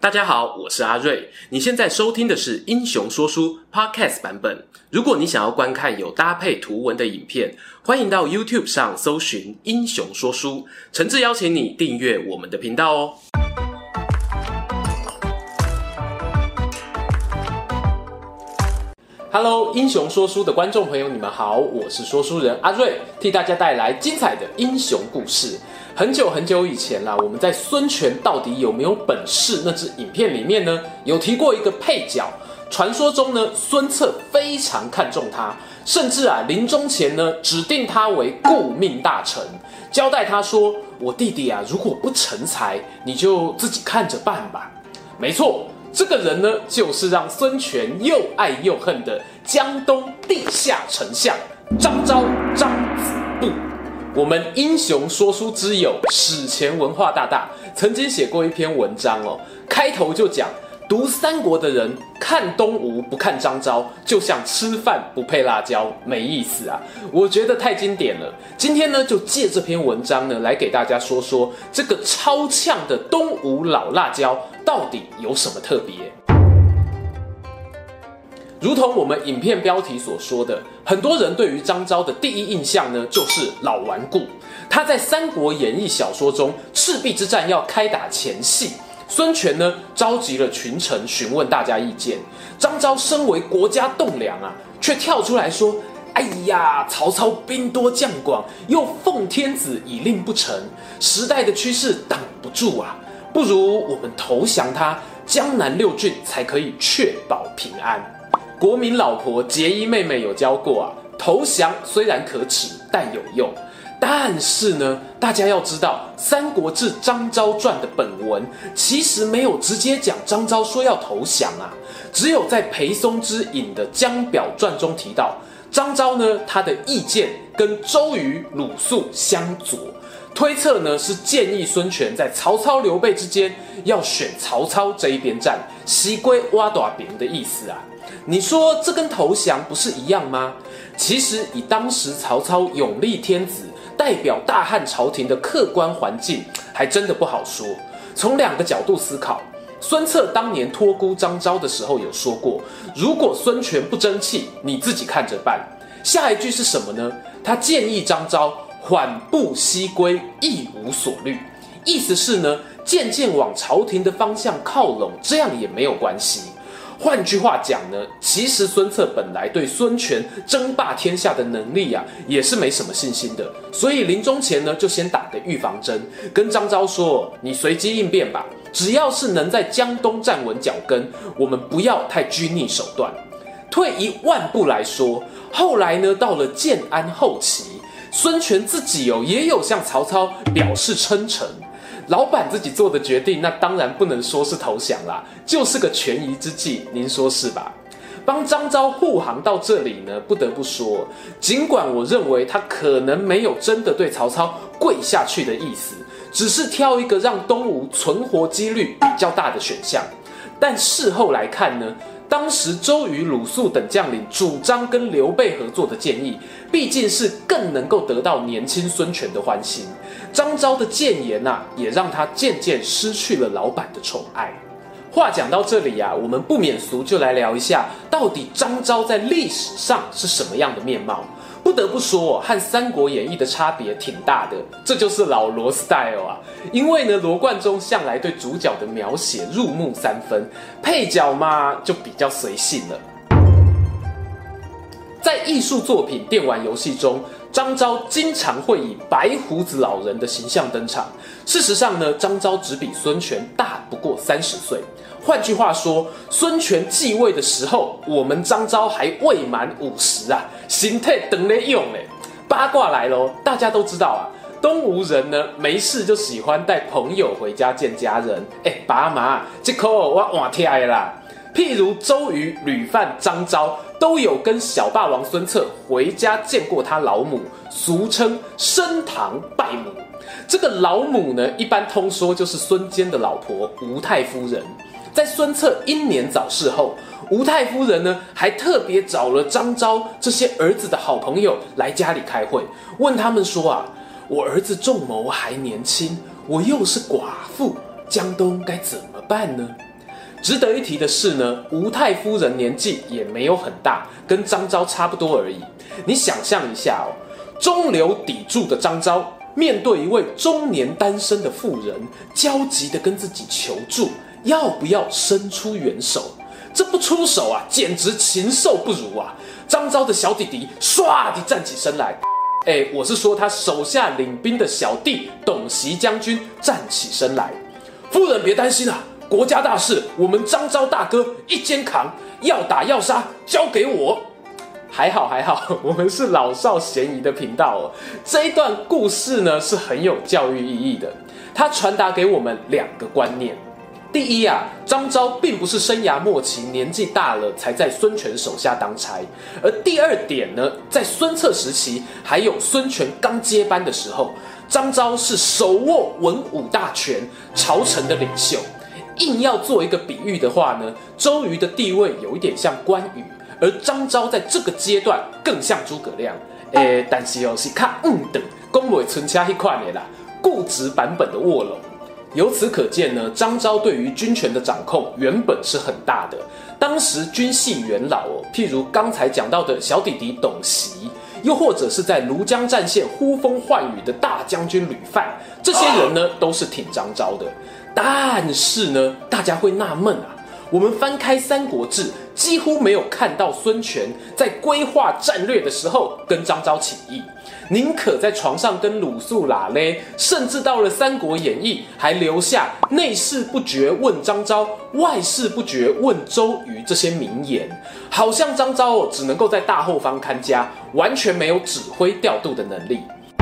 大家好，我是阿瑞。你现在收听的是英雄说书 Podcast 版本。如果你想要观看有搭配图文的影片，欢迎到 YouTube 上搜寻英雄说书，诚挚邀请你订阅我们的频道哦。Hello， 英雄说书的观众朋友，你们好，我是说书人阿瑞，替大家带来精彩的英雄故事。很久以前啦，我们在孙权到底有没有本事那支影片里面呢，有提过一个配角。传说中呢，孙策非常看重他，甚至临终前呢，指定他为顾命大臣，交代他说：“我弟弟如果不成才，你就自己看着办吧。”没错，这个人呢，就是让孙权又爱又恨的江东地下丞相张昭张子布。我们英雄说书之友史前文化大曾经写过一篇文章开头就讲读三国的人看东吴不看张昭，就像吃饭不配辣椒，没意思啊！我觉得太经典了。今天呢，就借这篇文章呢，来给大家说说这个超呛的东吴老辣椒到底有什么特别。如同我们影片标题所说的，很多人对于张昭的第一印象呢，就是老顽固。他在《三国演义》小说中，赤壁之战要开打前夕，孙权呢召集了群臣询问大家意见。张昭身为国家栋梁却跳出来说：“哎呀，曹操兵多将广，又奉天子以令不成，时代的趋势挡不住不如我们投降他，江南6郡才可以确保平安。”国民老婆结衣妹妹有教过投降虽然可耻，但有用。但是呢，大家要知道《三国志·张昭传》的本文其实没有直接讲张昭说要投降只有在裴松之引的《江表传》中提到，张昭呢他的意见跟周瑜、鲁肃相左，推测呢是建议孙权在曹操、刘备之间要选曹操这一边站，西归挖大饼的意思你说这跟投降不是一样吗？其实以当时曹操永历天子代表大汉朝廷的客观环境，还真的不好说。从2个角度思考，孙策当年托孤张昭的时候有说过，如果孙权不争气，你自己看着办。下一句是什么呢？他建议张昭缓步西归，亦无所虑。意思是呢，渐渐往朝廷的方向靠拢，这样也没有关系。换句话讲呢，其实孙策本来对孙权争霸天下的能力也是没什么信心的，所以临终前呢，就先打个预防针，跟张昭说：“你随机应变吧，只要是能在江东站稳脚跟，我们不要太拘泥手段。”退一万步来说，后来呢，到了建安后期，孙权自己也有向曹操表示称臣。老板自己做的决定，那当然不能说是投降啦，就是个权宜之计，您说是吧？帮张昭护航到这里呢，不得不说，尽管我认为他可能没有真的对曹操跪下去的意思，只是挑一个让东吴存活几率比较大的选项，但事后来看呢，当时周瑜、鲁肃等将领主张跟刘备合作的建议，毕竟是更能够得到年轻孙权的欢心。张昭的谏言也让他渐渐失去了老板的宠爱。话讲到这里我们不免俗就来聊一下，到底张昭在历史上是什么样的面貌？不得不说和《三国演义》的差别挺大的，这就是老罗 style因为呢，罗贯中向来对主角的描写入木三分，配角嘛就比较随性了。在艺术作品、电玩游戏中，张昭经常会以白胡子老人的形象登场。事实上呢，张昭只比孙权大不过30岁。换句话说，孙权继位的时候，我们张昭还未满50身体长咧用咧。八卦来咯，大家都知道东吴人呢没事就喜欢带朋友回家见家人。爸妈，这口我换听的啦。譬如周瑜、吕范、张昭都有跟小霸王孙策回家见过他老母，俗称升堂拜母。这个老母呢，一般通说就是孙坚的老婆吴太夫人。在孙策英年早逝后，吴太夫人呢还特别找了张昭这些儿子的好朋友来家里开会，问他们说我儿子仲谋还年轻，我又是寡妇，江东该怎么办呢？ 值得一提的是呢，吴太夫人年纪也没有很大，跟张昭差不多而已。你想象一下哦，中流砥柱的张昭面对一位中年单身的妇人，焦急地跟自己求助，要不要伸出援手？这不出手啊，简直禽兽不如啊！张昭的小弟弟唰地站起身来，我是说他手下领兵的小弟董袭将军站起身来，夫人别担心啊，国家大事我们张昭大哥一肩扛，要打要杀交给我。还好，我们是老少咸宜的频道哦。这一段故事呢是很有教育意义的，它传达给我们2个观念。第一啊，张昭并不是生涯末期年纪大了才在孙权手下当差，而第二点呢，在孙策时期还有孙权刚接班的时候，张昭是手握文武大权，朝臣的领袖。硬要做一个比喻的话呢，周瑜的地位有一点像关羽，而张昭在这个阶段更像诸葛亮。但是是较等讲袂存车那款的啦，固执版本的卧龙。由此可见呢，张昭对于军权的掌控原本是很大的。当时军系元老譬如刚才讲到的小弟弟董袭，又或者是在庐江战线呼风唤雨的大将军吕范，这些人呢都是挺张昭的。但是呢，大家会纳闷啊，我们翻开《三国志》，几乎没有看到孙权在规划战略的时候跟张昭起义，宁可在床上跟鲁肃拉勒，甚至到了《三国演义》还留下内事不决问张昭，外事不决问周瑜这些名言，好像张昭只能够在大后方看家，完全没有指挥调度的能力。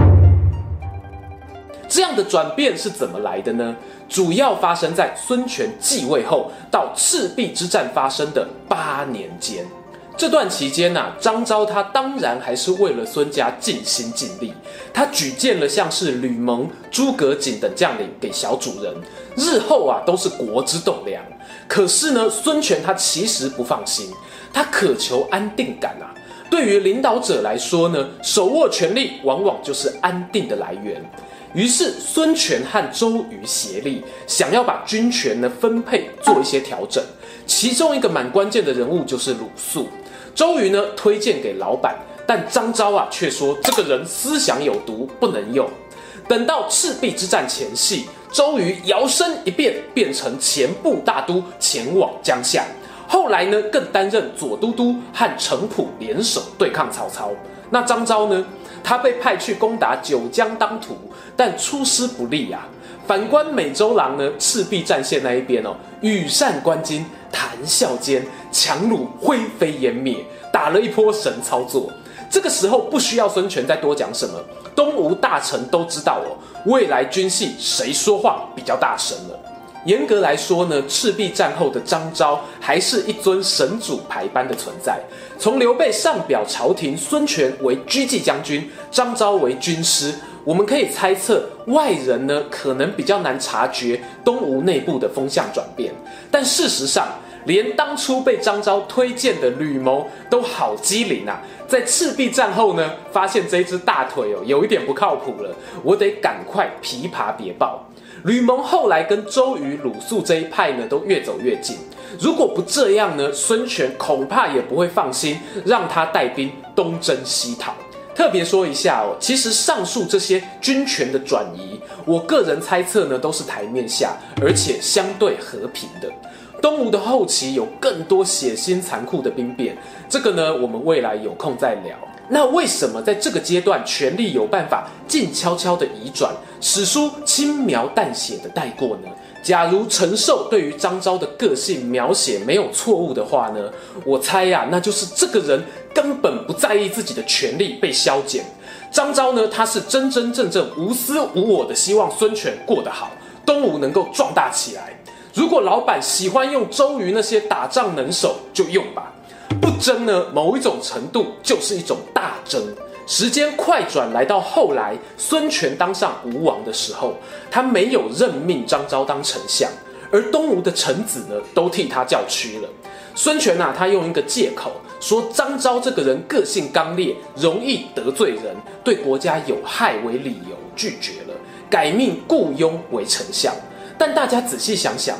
这样的转变是怎么来的呢？主要发生在孙权继位后到赤壁之战发生的8年间。这段期间张昭他当然还是为了孙家尽心尽力，他举荐了像是吕蒙、诸葛瑾等将领给小主人，日后都是国之栋梁。可是呢，孙权他其实不放心，他渴求安定感对于领导者来说呢，手握权力往往就是安定的来源。于是孙权和周瑜协力，想要把军权呢分配做一些调整。其中一个蛮关键的人物就是鲁肃。周瑜呢推荐给老板，但张昭却说这个人思想有毒，不能用。等到赤壁之战前夕，周瑜摇身一变，变成前部大都，前往江夏。后来呢，更担任左都督和程普联手对抗曹操。那张昭呢？他被派去攻打九江当涂，但出师不利反观美周郎呢，赤壁战线那一边羽扇纶巾，谈笑间，强弩灰飞烟灭，打了一波神操作。这个时候不需要孙权再多讲什么，东吴大臣都知道未来军系谁说话比较大声了。严格来说呢，赤壁战后的张昭还是一尊神主牌般的存在。从刘备上表朝廷，孙权为车骑将军，张昭为军师，我们可以猜测外人呢可能比较难察觉东吴内部的风向转变。但事实上，连当初被张昭推荐的吕蒙都好机灵在赤壁战后呢，发现这只大腿有一点不靠谱了，我得赶快琵琶别抱。吕蒙后来跟周瑜、鲁肃这一派呢都越走越近，如果不这样呢，孙权恐怕也不会放心让他带兵东征西讨。特别说一下其实上述这些军权的转移，我个人猜测呢都是台面下，而且相对和平的。东吴的后期有更多血腥残酷的兵变，这个呢我们未来有空再聊。那为什么在这个阶段权力有办法静悄悄的移转，史书轻描淡写的带过呢？假如陈寿对于张昭的个性描写没有错误的话呢，我猜那就是这个人根本不在意自己的权力被削减。张昭呢，他是真真正正无私无我的希望孙权过得好，东吴能够壮大起来。如果老板喜欢用周瑜那些打仗能手，就用吧。不争呢，某一种程度就是一种大争。时间快转来到后来，孙权当上吴王的时候，他没有任命张昭当丞相，而东吴的臣子呢，都替他叫屈了。孙权他用一个借口说张昭这个人个性刚烈，容易得罪人，对国家有害为理由拒绝了，改命顾雍为丞相。但大家仔细想想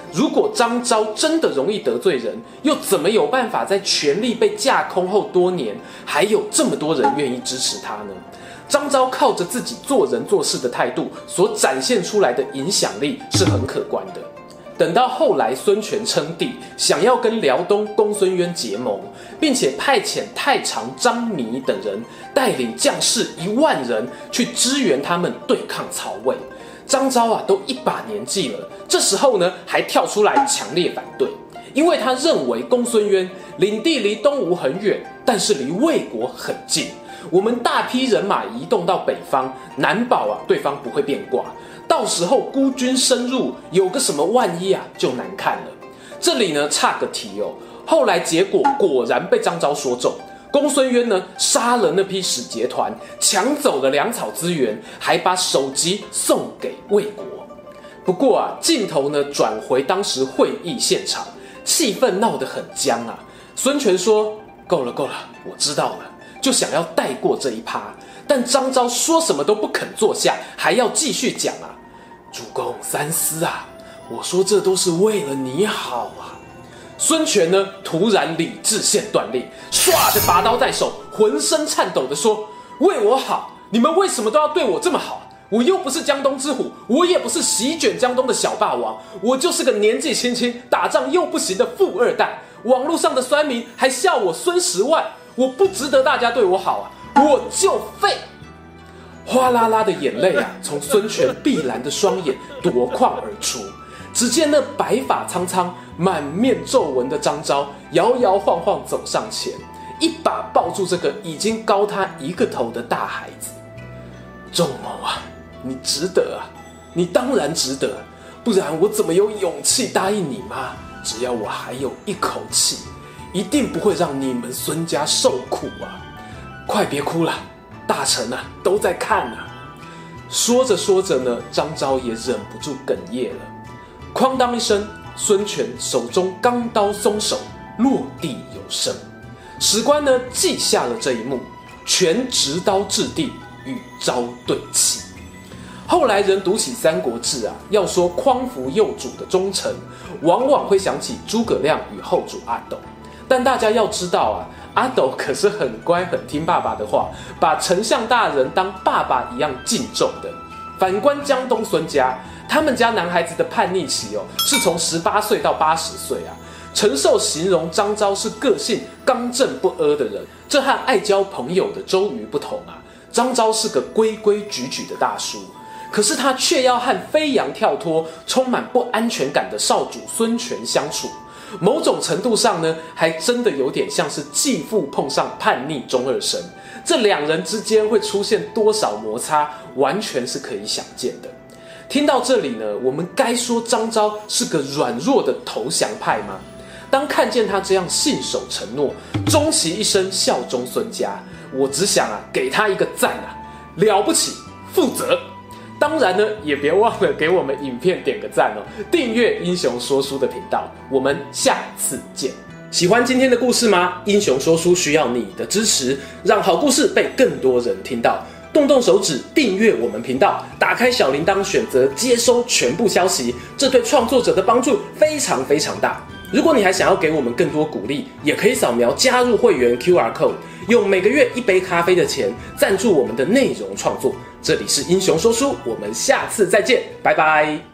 如果张昭真的容易得罪人，又怎么有办法在权力被架空后多年，还有这么多人愿意支持他呢？张昭靠着自己做人做事的态度所展现出来的影响力是很可观的。等到后来孙权称帝，想要跟辽东公孙渊结盟，并且派遣太常、张弥等人带领将士1万人去支援他们对抗曹魏。张昭都一把年纪了，这时候呢还跳出来强烈反对，因为他认为公孙渊领地离东吴很远，但是离魏国很近，我们大批人马移动到北方，难保对方不会变卦，到时候孤军深入，有个什么万一就难看了。这里呢岔个题后来结果果然被张昭说中。公孙渊呢杀了那批使节团，抢走了粮草资源，还把首级送给魏国。不过镜头呢转回当时会议现场，气氛闹得很僵孙权说：“够了，我知道了。”就想要带过这一趴，但张昭说什么都不肯坐下，还要继续讲主公三思我说这都是为了你好孙权呢突然理智线断裂，唰的拔刀在手，浑身颤抖的说：“为我好，你们为什么都要对我这么好？我又不是江东之虎，我也不是席卷江东的小霸王，我就是个年纪轻轻打仗又不行的富二代。网络上的酸民还笑我孙10万，我不值得大家对我好我就废。”哗啦啦的眼泪从孙权碧蓝的双眼夺眶而出。只见那白发苍苍、满面皱纹的张昭摇摇晃晃走上前，一把抱住这个已经高他1个头的大孩子。仲谋你值得你当然值得，不然我怎么有勇气答应你妈？只要我还有一口气，一定不会让你们孙家受苦快别哭了，大臣都在看说着说着呢，张昭也忍不住哽咽了。哐当一声，孙权手中钢刀松手，落地有声。史官呢记下了这一幕，权执刀掷地，与昭对泣。后来人读起《三国志》要说匡扶幼主的忠臣，往往会想起诸葛亮与后主阿斗。但大家要知道阿斗可是很乖很听爸爸的话，把丞相大人当爸爸一样敬重的。反观江东孙家，他们家男孩子的叛逆期是从18岁到80岁陈寿形容张昭是个性刚正不阿的人，这和爱交朋友的周瑜不同张昭是个规规矩矩的大叔，可是他却要和飞扬跳脱、充满不安全感的少主孙权相处。某种程度上呢，还真的有点像是继父碰上叛逆中二生，这两人之间会出现多少摩擦，完全是可以想见的。听到这里呢，我们该说张昭是个软弱的投降派吗？当看见他这样信守承诺，终其一生效忠孙家，我只想给他一个赞了不起，负责。当然呢，也别忘了给我们影片点个赞订阅英雄说书的频道，我们下次见。喜欢今天的故事吗？英雄说书需要你的支持，让好故事被更多人听到。动动手指订阅我们频道，打开小铃铛，选择接收全部消息，这对创作者的帮助非常非常大。如果你还想要给我们更多鼓励，也可以扫描加入会员 QR Code， 用每个月1杯咖啡的钱赞助我们的内容创作。这里是英雄说书，我们下次再见，拜拜。